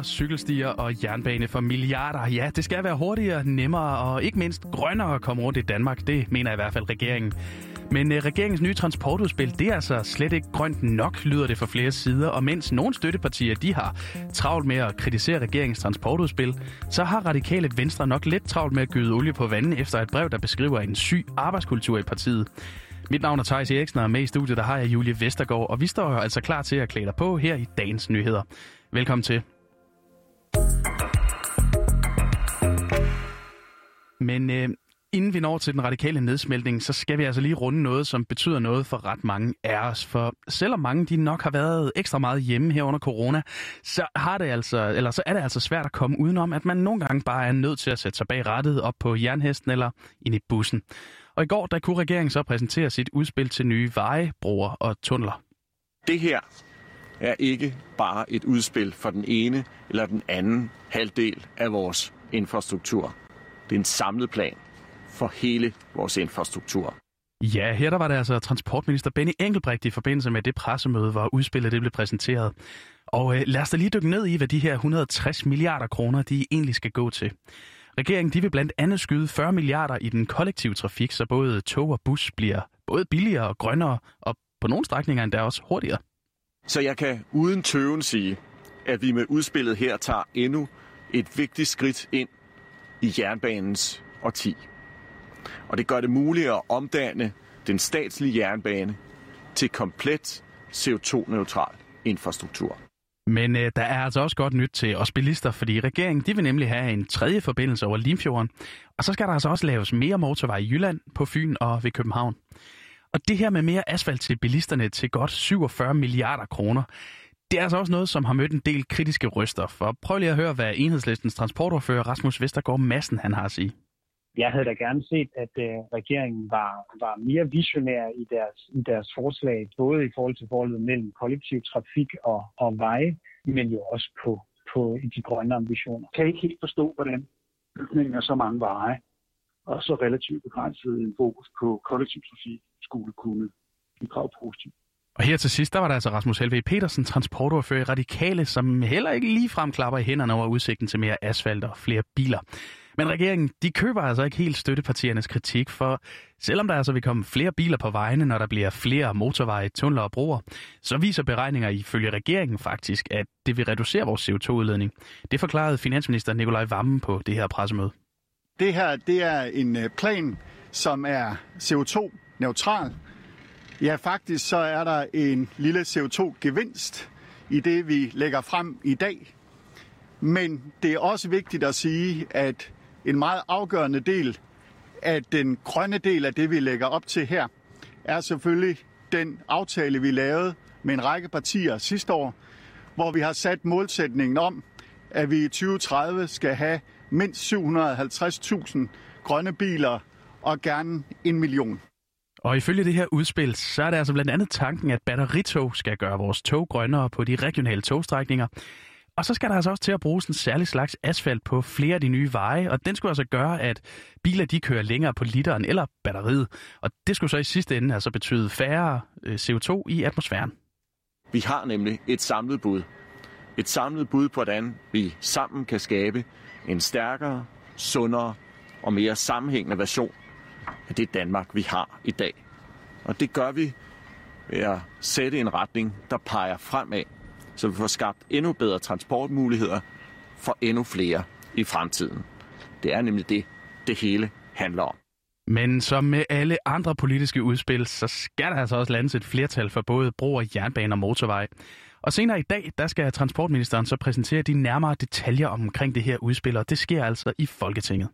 Broer, cykelstier og jernbane for milliarder. Ja, det skal være hurtigere, nemmere og ikke mindst grønnere at komme rundt i Danmark. Det mener i hvert fald regeringen. Men regeringens nye transportudspil, det er altså slet ikke grønt nok, lyder det fra flere sider. Og mens nogle støttepartier, de har travlt med at kritisere regeringens transportudspil, så har Radikale Venstre nok lidt travlt med at gyde olie på vandet efter et brev, der beskriver en syg arbejdskultur i partiet. Mit navn er Theis Eriksen, og med i studiet der har jeg Julie Vestergaard, og vi står jo altså klar til at klæde dig på her i dagens nyheder. Velkommen til. Men inden vi når til den radikale nedsmeltning, så skal vi altså lige runde noget, som betyder noget for ret mange af os. For selvom mange de nok har været ekstra meget hjemme her under corona, så er det altså svært at komme udenom, at man nogle gange bare er nødt til at sætte sig bag rattet op på jernhesten eller ind i bussen. Og i går der kunne regeringen så præsentere sit udspil til nye veje, broer og tunneler. Det her er ikke bare et udspil for den ene eller den anden halvdel af vores infrastruktur. Det er en samlet plan for hele vores infrastruktur. Ja, her der var det altså transportminister Benny Engelbrecht i forbindelse med det pressemøde, hvor udspillet det blev præsenteret. Og lad os da lige dykke ned i, hvad de her 160 milliarder kroner, de egentlig skal gå til. Regeringen de vil blandt andet skyde 40 milliarder i den kollektive trafik, så både tog og bus bliver både billigere og grønnere, og på nogle strækninger endda også hurtigere. Så jeg kan uden tøven sige, at vi med udspillet her tager endnu et vigtigt skridt ind i jernbanens årti. Og det gør det muligt at omdanne den statslige jernbane til komplet CO2-neutral infrastruktur. Men der er altså også godt nyt til os bilister, fordi regeringen de vil nemlig have en tredje forbindelse over Limfjorden. Og så skal der altså også laves mere motorvej i Jylland, på Fyn og ved København. Og det her med mere asfalt til bilisterne til godt 47 milliarder kroner, det er altså også noget, som har mødt en del kritiske røster. For prøv lige at høre, hvad Enhedslistens transportordfører Rasmus Vestergaard Madsen han har at sige. Jeg havde da gerne set, at regeringen var mere visionær i deres forslag, både i forhold til forholdet mellem kollektiv trafik og veje, men jo også på de grønne ambitioner. Jeg kan ikke helt forstå, hvordan bygningen af så mange veje og så relativt begrænset en fokus på kollektiv trafik skulle kunne bidrage positivt. Og her til sidst, der var der altså Rasmus Helveg Petersen, transportordfører i Radikale, som heller ikke ligefrem klapper i hænderne over udsigten til mere asfalt og flere biler. Men regeringen, de køber altså ikke helt støttepartiernes kritik, for selvom der altså vil komme flere biler på vejene, når der bliver flere motorveje, tunneler og broer, så viser beregninger ifølge regeringen faktisk, at det vil reducere vores CO2-udledning. Det forklarede finansminister Nicolai Wammen på det her pressemøde. Det her, det er en plan, som er CO2-neutral. Ja, faktisk så er der en lille CO2-gevinst i det, vi lægger frem i dag. Men det er også vigtigt at sige, at en meget afgørende del af den grønne del af det, vi lægger op til her, er selvfølgelig den aftale, vi lavede med en række partier sidste år, hvor vi har sat målsætningen om, at vi i 2030 skal have mindst 750.000 grønne biler og gerne 1 million. Og ifølge det her udspil, så er det altså blandt andet tanken, at batteritog skal gøre vores tog grønnere på de regionale togstrækninger. Og så skal der altså også til at bruges en særlig slags asfalt på flere af de nye veje, og den skulle altså gøre, at biler de kører længere på literen eller batteriet. Og det skulle så i sidste ende altså betyde færre CO2 i atmosfæren. Vi har nemlig et samlet bud. Et samlet bud på, hvordan vi sammen kan skabe en stærkere, sundere og mere sammenhængende version af det Danmark, vi har i dag. Og det gør vi ved at sætte en retning, der peger fremad, så vi får skabt endnu bedre transportmuligheder for endnu flere i fremtiden. Det er nemlig det hele handler om. Men som med alle andre politiske udspil, så skal der altså også landes et flertal for både broer, jernbane og motorvej. Og senere i dag, der skal transportministeren så præsentere de nærmere detaljer omkring det her udspil, og det sker altså i Folketinget.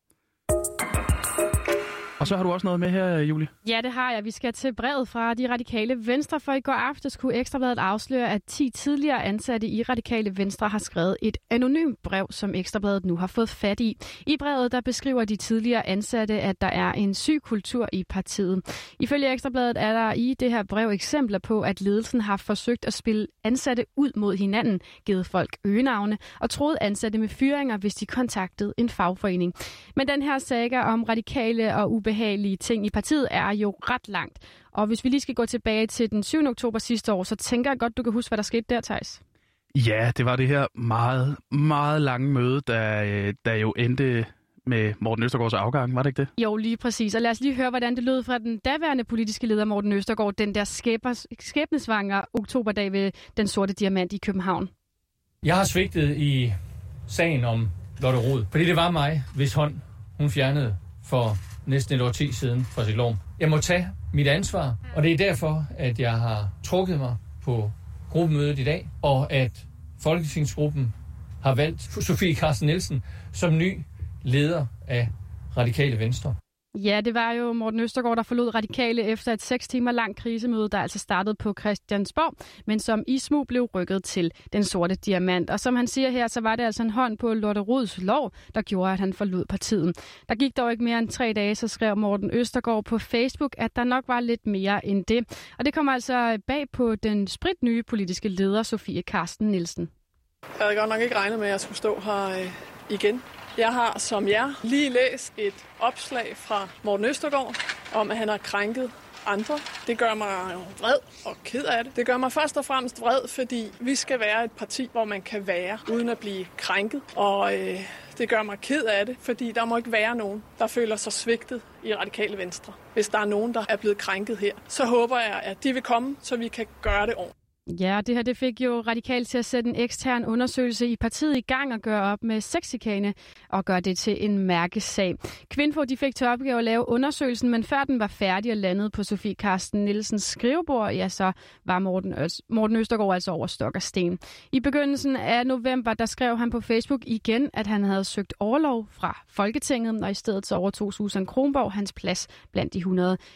Og så har du også noget med her, Julie? Ja, det har jeg. Vi skal til brevet fra de radikale Venstre, for i går aftes kunne Ekstra Bladet afsløre, at 10 tidligere ansatte i radikale Venstre har skrevet et anonymt brev, som Ekstra Bladet nu har fået fat i. I brevet der beskriver de tidligere ansatte, at der er en syg kultur i partiet. Ifølge Ekstra Bladet er der i det her brev eksempler på, at ledelsen har forsøgt at spille ansatte ud mod hinanden, givet folk øgenavne og troet ansatte med fyringer, hvis de kontaktede en fagforening. Men den her saga om radikale og ubehagelige ting i partiet er jo ret langt. Og hvis vi lige skal gå tilbage til den 7. oktober sidste år, så tænker jeg godt, du kan huske, hvad der skete der, Theis. Ja, det var det her meget, meget lange møde, der jo endte med Morten Østergaards afgang, var det ikke det? Jo, lige præcis. Og lad os lige høre, hvordan det lød fra den daværende politiske leder Morten Østergaard, den der skæbnesvanger oktoberdag ved Den Sorte Diamant i København. Jeg har svigtet i sagen om Lotte Rod, fordi det var mig, hvis hånd hun fjernede for næsten et årti siden fra sit lov. Jeg må tage mit ansvar, og det er derfor, at jeg har trukket mig på gruppemødet i dag, og at Folketingsgruppen har valgt Sofie Carsten Nielsen som ny leder af Radikale Venstre. Ja, det var jo Morten Østergaard, der forlod Radikale efter et 6 timer langt krisemøde, der altså startede på Christiansborg, men som i smug blev rykket til Den Sorte Diamant. Og som han siger her, så var det altså en hånd på Lotte Rods lov, der gjorde, at han forlod partiet. Der gik dog ikke mere end 3 dage, så skrev Morten Østergaard på Facebook, at der nok var lidt mere end det. Og det kommer altså bag på den spritnye politiske leder, Sofie Carsten Nielsen. Jeg havde godt nok ikke regnet med, at jeg skulle stå her igen. Jeg har som jer lige læst et opslag fra Morten Østergaard om, at han har krænket andre. Det gør mig vred og ked af det. Det gør mig først og fremmest vred, fordi vi skal være et parti, hvor man kan være uden at blive krænket. Og det gør mig ked af det, fordi der må ikke være nogen, der føler sig svigtet i Radikale Venstre. Hvis der er nogen, der er blevet krænket her, så håber jeg, at de vil komme, så vi kan gøre det ordentligt. Ja, det her det fik jo Radikale til at sætte en ekstern undersøgelse i partiet i gang og gøre op med sexchikane og gøre det til en mærkesag. Kvinfo de fik til opgave at lave undersøgelsen, men før den var færdig og landet på Sofie Carsten Nielsens skrivebord, ja, så var Morten Østergaard altså over stok og sten. I begyndelsen af november, der skrev han på Facebook igen, at han havde søgt orlov fra Folketinget, og i stedet så overtog Susan Kronborg hans plads blandt de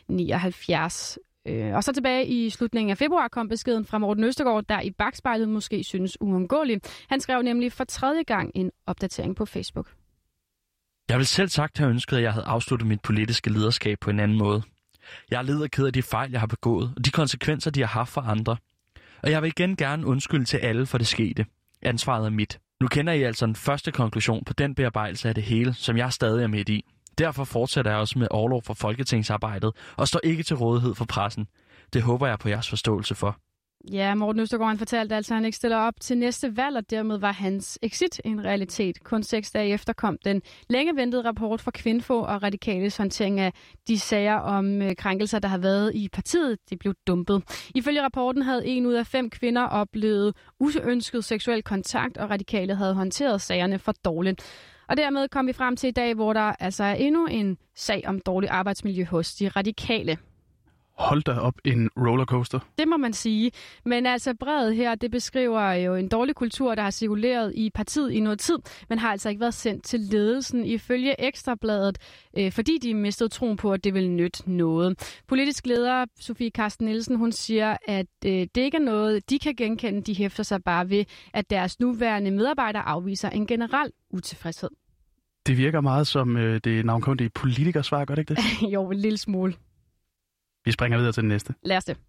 179. Og så tilbage i slutningen af februar kom beskeden fra Morten Østergaard, der i bagspejlet måske synes uundgåelig. Han skrev nemlig for 3. gang en opdatering på Facebook. Jeg vil selv sagt have ønsket, at jeg havde afsluttet mit politiske lederskab på en anden måde. Jeg er led og ked af de fejl, jeg har begået, og de konsekvenser, de har haft for andre. Og jeg vil igen gerne undskylde til alle for det skete. Ansvaret er mit. Nu kender I altså en første konklusion på den bearbejdelse af det hele, som jeg stadig er midt i. Derfor fortsætter jeg også med orlov for folketingsarbejdet og står ikke til rådighed for pressen. Det håber jeg på jeres forståelse for. Ja, Morten Østergaard fortalte altså, at han ikke stiller op til næste valg, og dermed var hans exit en realitet. Kun 6 dage efter kom den længe ventede rapport fra Kvinfo og Radikales håndtering af de sager om krænkelser, der har været i partiet. Det blev dumpet. Ifølge rapporten havde 1 ud af 5 kvinder oplevet uønsket seksuel kontakt, og Radikale havde håndteret sagerne for dårligt. Og dermed kom vi frem til i dag, hvor der altså er endnu en sag om dårlig arbejdsmiljø hos de Radikale. Hold da op, en rollercoaster. Det må man sige. Men altså brevet her, det beskriver jo en dårlig kultur, der har cirkuleret i partiet i noget tid, men har altså ikke været sendt til ledelsen ifølge Ekstrabladet, fordi de mistede troen på, at det ville nytte noget. Politisk leder Sofie Carsten Nielsen, hun siger, at det ikke er noget, de kan genkende. De hæfter sig bare ved, at deres nuværende medarbejdere afviser en generel utilfredshed. Det virker meget som det navnkundige politikersvar, gør det ikke det? Jo, en lille smule. Vi springer videre til den næste. Lad os det.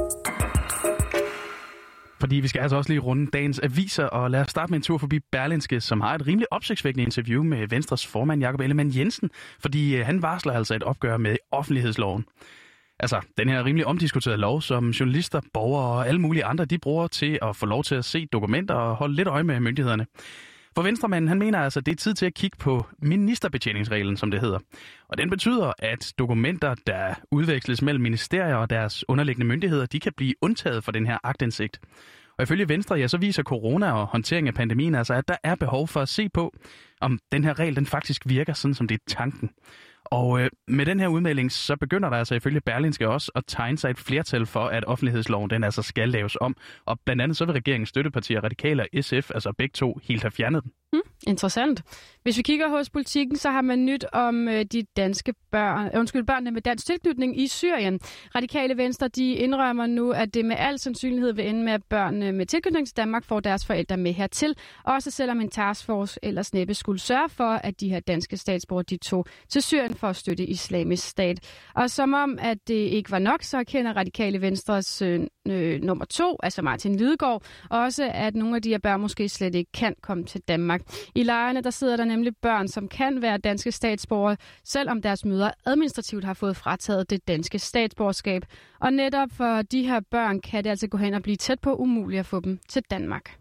Fordi vi skal altså også lige runde dagens aviser, og lad os starte med en tur forbi Berlingske, som har et rimelig opsigtsvækkende interview med Venstres formand Jakob Ellemann-Jensen, fordi han varsler altså et opgør med offentlighedsloven. Altså, den her rimelig omdiskuterede lov, som journalister, borgere og alle mulige andre, de bruger til at få lov til at se dokumenter og holde lidt øje med myndighederne. For Venstremanden, han mener altså, at det er tid til at kigge på ministerbetjeningsreglen, som det hedder. Og den betyder, at dokumenter, der udveksles mellem ministerier og deres underliggende myndigheder, de kan blive undtaget for den her aktindsigt. Og ifølge Venstre, ja, så viser corona og håndtering af pandemien altså, at der er behov for at se på, om den her regel den faktisk virker sådan, som det er tanken. Og med den her udmelding, så begynder der altså ifølge Berlingske også at tegne sig et flertal for, at offentlighedsloven den altså skal laves om. Og blandt andet så vil regeringens støttepartier, Radikale og SF, altså begge to, helt have fjernet den. Interessant. Hvis vi kigger hos Politikken, så har man nyt om de danske børnene med dansk tilknytning i Syrien. Radikale Venstre, de indrømmer nu, at det med al sandsynlighed vil ende med, at børnene med tilknytning til Danmark får deres forældre med hertil. Også selvom en taskforce ellers næppe skulle sørge for, at de her danske statsborgere, de tog til Syrien for at støtte Islamisk Stat. Og som om, at det ikke var nok, så kender Radikale Venstres nummer 2, altså Martin Lidegaard, også at nogle af de her børn måske slet ikke kan komme til Danmark. I lejrene der sidder der nemlig børn, som kan være danske statsborgere, selvom deres mødre administrativt har fået frataget det danske statsborgerskab. Og netop for de her børn kan det altså gå hen og blive tæt på umuligt at få dem til Danmark.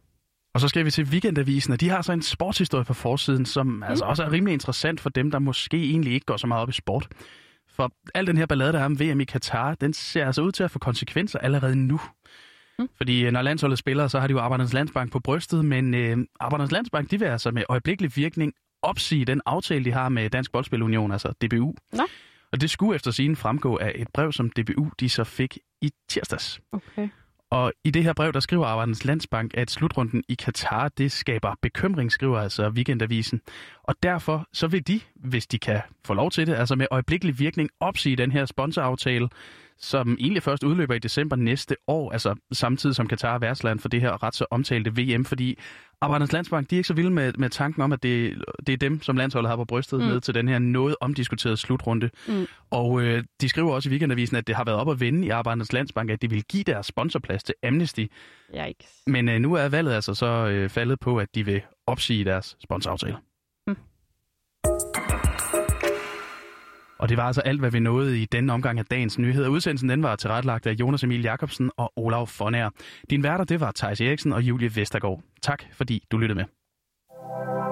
Og så skal vi til Weekendavisen, og de har så en sportshistorie på forsiden, som altså også er rimelig interessant for dem, der måske egentlig ikke går så meget op i sport. For al den her ballade, der er om VM i Katar, den ser altså ud til at få konsekvenser allerede nu. Fordi når landsholdet spiller, så har de jo Arbejdernes Landsbank på brystet, men Arbejdernes Landsbank, de vil altså med øjeblikkelig virkning opsige den aftale, de har med Dansk Boldspilunion, altså DBU. Nå. Og det skulle efter sigende fremgå af et brev, som DBU de så fik i tirsdags. Okay. Og i det her brev, der skriver Arbejdernes Landsbank, at slutrunden i Katar, det skaber bekymring, skriver altså Weekendavisen. Og derfor så vil de, hvis de kan få lov til det, altså med øjeblikkelig virkning opsige den her sponsoraftale, som egentlig først udløber i december næste år, altså samtidig som Katar er værtsland for det her ret så omtalte VM, fordi Arbejdernes Landsbank, de er ikke så vilde med tanken om, at det er dem, som landsholdet har på brystet med til den her noget omdiskuterede slutrunde. Og de skriver også i Weekendavisen, at det har været op at vende i Arbejdernes Landsbank, at de vil give deres sponsorplads til Amnesty. Yikes. Men nu er valget altså så faldet på, at de vil opsige deres sponsoraftale. Og det var altså alt, hvad vi nåede i denne omgang af dagens nyheder. Udsendelsen den var tilrettelagt af Jonas Emil Jakobsen og Olav Fonær. Din værter, det var Theis Eriksen og Julie Vestergaard. Tak, fordi du lyttede med.